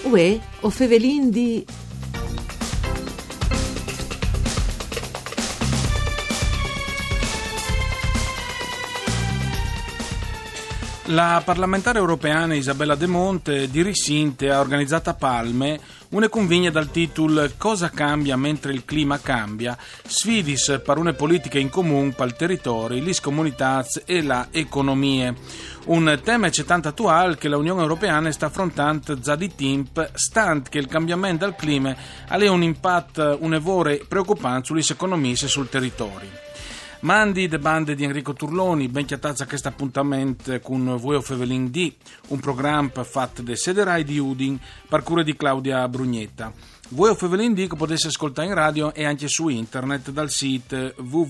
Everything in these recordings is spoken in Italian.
Uè, o fevelin di... La parlamentare europeana Isabella De Monte di Risinte ha organizzato a Palme una convegna dal titolo Cosa cambia mentre il clima cambia? Sfidis per une politiche in comune per il territorio, le comunità e la economie. Un tema tanto attuale che l'Unione Europea sta affrontando già di tempo, stante che il cambiamento del clima ha un impatto un'evore preoccupante sulle economie e sul territorio. Mandi de bande di Enrico Turloni, ben chiatazza a questo appuntamento con voi o Fevelin D, un programma fatto da Sederai di Udin, per cura di Claudia Brugnetta. Voi o Fevelin D che potete ascoltare in radio e anche su internet dal sito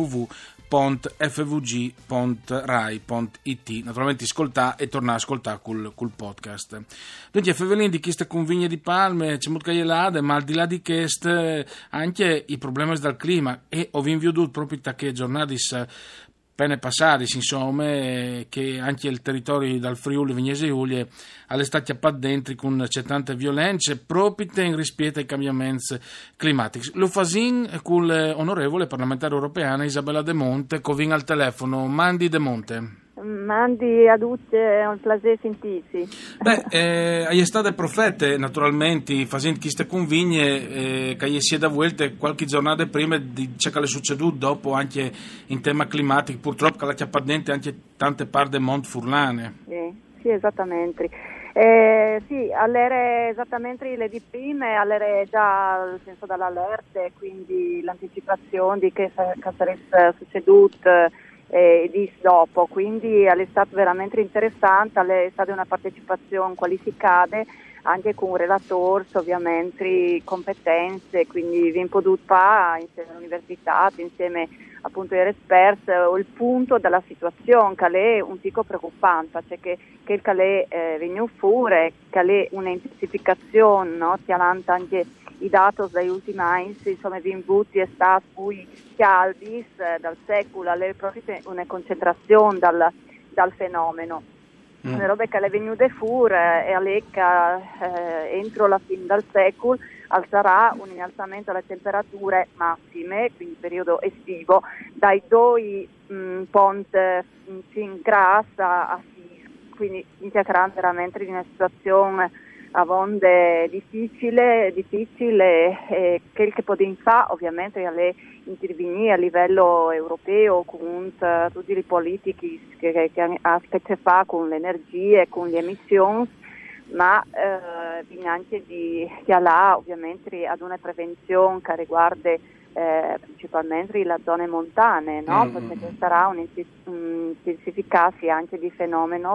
www.fvg.rai.it. Naturalmente ascoltare e tornare a ascoltare col podcast. Dunque Fevelin di queste convigne di Palme, c'è molto che ma al di là di questo anche i problemi del clima e ho vinto proprio che giornate pene passate, insomma, che anche il territorio dal Friuli Venezia Giulia all'estate a dentro con c'è tante violenze proprio in rispetto ai cambiamenti climatici. Lo fasin con l'onorevole parlamentare europea Isabella De Monte, che viene al telefono. Mandi De Monte. Mandi a tutti, è un piacere sentirsi. Hai state profete, naturalmente, facendo queste convigne, che si è da volte qualche giornata prima di ciò che è succeduto dopo, anche in tema climatico, purtroppo che la chiappa dentro anche tante parti del mondo furlane. Sì, esattamente. Sì, all'era esattamente le di prima, all'era già nel senso dall'allerta, quindi l'anticipazione di che sarebbe succeduto di dopo, quindi è stato veramente interessante, è stata una partecipazione qualificata anche con relatori ovviamente competenze, quindi vi potuto fare insieme all'università, insieme appunto ai esperti il punto della situazione che è un pico preoccupante, cioè che il calè viene fuori, che è un'intensificazione, no? Ti alanta anche i dati dagli ultimi anni, insomma, vinti è stato poi caldi dal secolo, è proprio una concentrazione dal fenomeno. Una roba che è venuta fuori e all'ECA entro la fine del secolo sarà un innalzamento delle temperature massime, quindi periodo estivo, dai 2 ponti in grassa a 6, quindi integrando veramente in una situazione a vonde difficile quel che possiamo fare ovviamente è intervenire a livello europeo con tutti i politici che ha a fare con l'energia e con le emissioni, ma anche di là ovviamente ad una prevenzione che riguarda principalmente le zone montane, no? Perché sarà un intensificarsi anche di fenomeni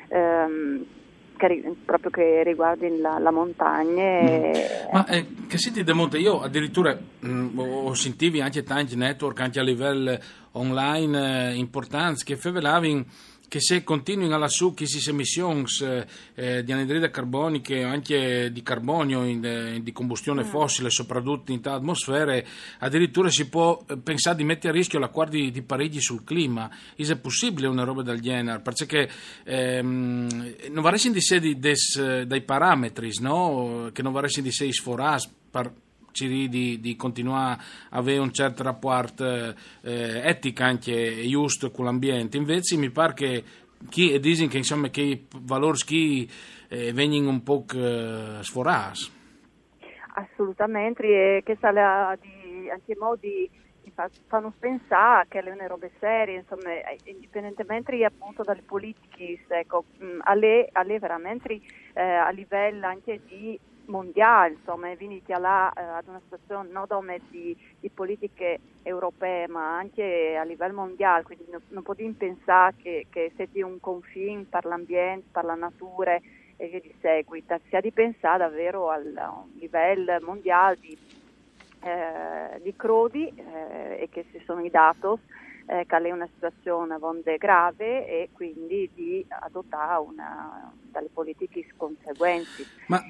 proprio che riguarda la montagna. Ma che senti De Monte, io addirittura ho sentito anche tanti network anche a livello online importanti che favelavano che se continuino alla su queste emissioni di anidride carbonica anche di carbonio di combustione fossile soprattutto in atmosfere, addirittura si può pensare di mettere a rischio l'accordo di Parigi sul clima. È possibile una roba del genere? Perché non vorresti di sé dai parametri, no? Che non vorresti di sé sforare per di continuare a avere un certo rapporto etico anche giusto con l'ambiente. Invece mi pare che chi dicono che insomma che i valori vengono un po' sforati. Assolutamente, e che sale anche modi fanno pensare che è una roba seria, insomma, indipendentemente appunto dalle politiche, ecco, alle veramente a livello anche di mondiale, insomma, veniti là ad una situazione non solo di politiche europee ma anche a livello mondiale, quindi non possiamo pensare che se di un confine per l'ambiente, per la natura e via di seguito, si ha di pensare davvero a un livello mondiale di crudi e che ci sono i dati che è una situazione grave e quindi di adottare dalle politiche conseguenti. Ma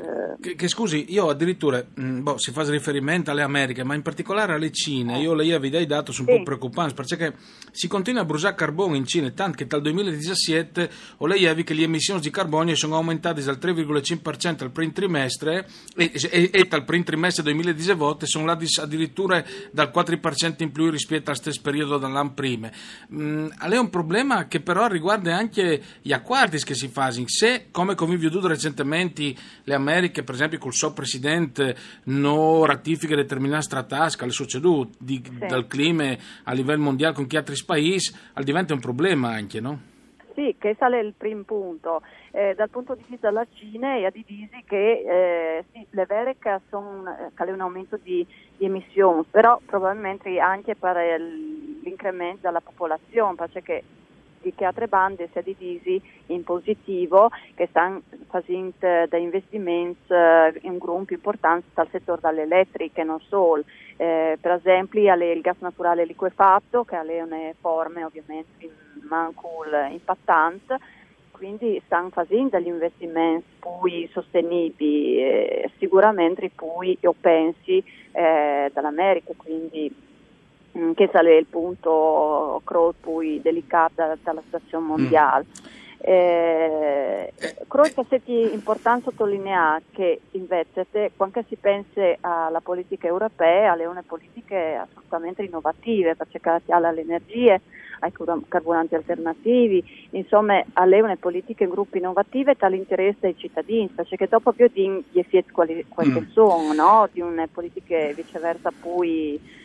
Che scusi, io addirittura si fa riferimento alle Americhe, ma in particolare alle Cine. Io lei vi dai dati un po' preoccupanti, perché si continua a bruciare carbone in Cina, tanto che dal 2017 lei ha visto che le emissioni di carbonio sono aumentate dal 3,5% al primo trimestre e dal primo trimestre 2018 sono addirittura dal 4% in più rispetto al stesso periodo dell'anno prima. È un problema che però riguarda anche gli accordi che si fanno. Se, come convinto recentemente, le Americhe, per esempio, col suo presidente non ratifica determinati trattati che è succeduto dal clima a livello mondiale con chi altri paesi, diventa un problema anche, no? Sì, che sale il primo punto. Dal punto di vista della Cina è divisi che sì, le vere che sono che è un aumento di emissioni, però probabilmente anche per l'incremento della popolazione, perché di che altre bande si è divisi in positivo, che stanno facendo da investimenti in gruppi importanti dal settore dell'elettrica e non solo. Per esempio il gas naturale liquefatto, che è una forma ovviamente manco impattante, quindi stanno facendo degli investimenti più sostenibili, sicuramente poi io pensi dall'America, quindi che è il punto più delicato dalla situazione mondiale. Credo che sia importante sottolineare che invece quando si pensa alla politica europea, alle une politiche assolutamente innovative, perché alle energie, ai carburanti alternativi, insomma alle une politiche in gruppi innovative all'interesse dei cittadini, perché dopo più di gli effetti quelli che sono, no? Di une politiche viceversa poi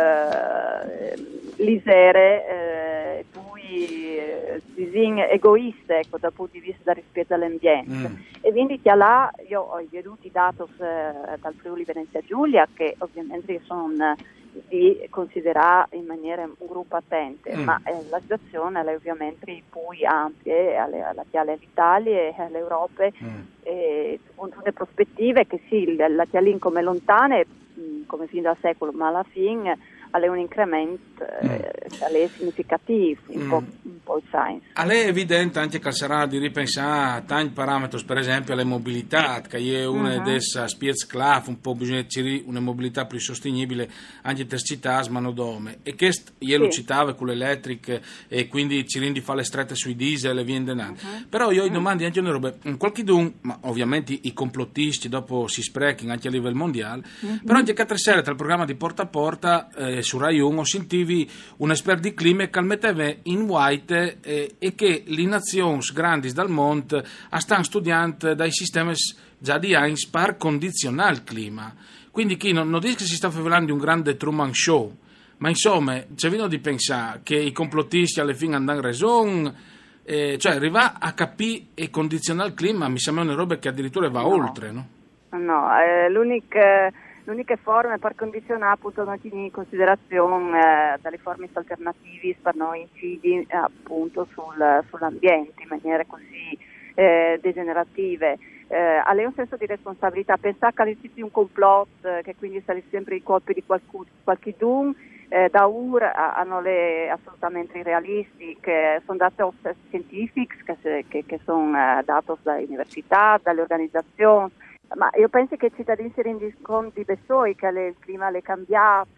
lisere, poi egoiste, ecco, dal punto di vista del rispetto all'ambiente. E quindi là io ho veduto i dati dal Friuli Venezia Giulia, che ovviamente sono di considerare in maniera un gruppo attente, ma la situazione è ovviamente più ampia all'Italia e all'Europa, e con tutte le prospettive che sì, la Tialin come lontane come fin dal secolo, ma alla fine è un incremento significativo un po' il science. È evidente anche che sarà di ripensare a tanti parametri, per esempio alla mobilità, che è una delle spiezclave, un po' bisogna dire una mobilità più sostenibile anche per città, ma non dome. E che io lo citavo con l'elettrica e quindi ci rendi fa le strette sui diesel e via denaro. Però io domandi anche una roba, qualcuno, ma ovviamente i complottisti dopo si sprecano anche a livello mondiale, però anche 4 sere tra il programma di Porta a Porta su Rai 1 sentivi un esperto di clima che metteva in white e che le nazioni grandi dal mondo stanno studiando dai sistemi già di Heinz per condizionare il clima. Quindi chi non dice che si sta parlando di un grande Truman Show, ma insomma c'è vino di pensare che i complottisti alla fine hanno ragione, cioè arriva a capire e condizionare il clima mi sembra una roba che addirittura va oltre, no? No, l'unica forma per condizionare appunto non tiene in considerazione dalle forme alternative per noi incidi appunto sull'ambiente in maniere così degenerative. Ha un senso di responsabilità, pensare che all'inizio un complotto che quindi sale sempre i colpi di qualcuno da ora hanno le assolutamente irrealisti, che sono dati scientifici che sono dati dalle università, dalle organizzazioni. Ma io penso che i cittadini si rendono conto di besoi che il clima è cambiato,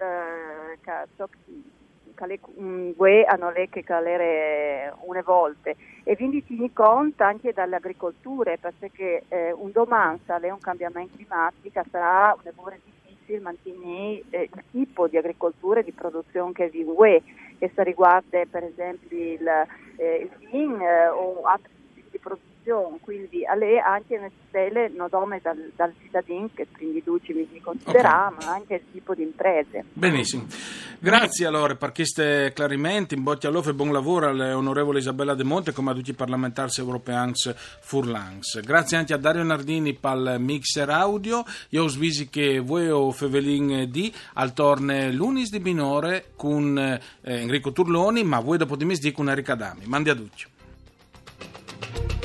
che le guè hanno le che calere une volte, e quindi tieni conto anche dall'agricoltura, perché un domani è un cambiamento climatico, sarà un lavoro difficile mantenere il tipo di agricoltura e di produzione che vi UE, che si riguarda per esempio il vin o altri tipi di produzione. Quindi a lei anche nelle stelle non dome dal cittadino che quindi duci mi considera, ma anche il tipo di imprese. Benissimo, grazie allora per questi chiarimenti, in bocca al lupo e buon lavoro all'onorevole Isabella De Monte come a tutti i parlamentari europei furlans. Grazie anche a Dario Nardini per il mixer audio. Io us visi che voi o Fevelin di al torne lunis di minore con Enrico Turloni, ma voi dopo di misdì con Erika Dami. Mandi a tutti.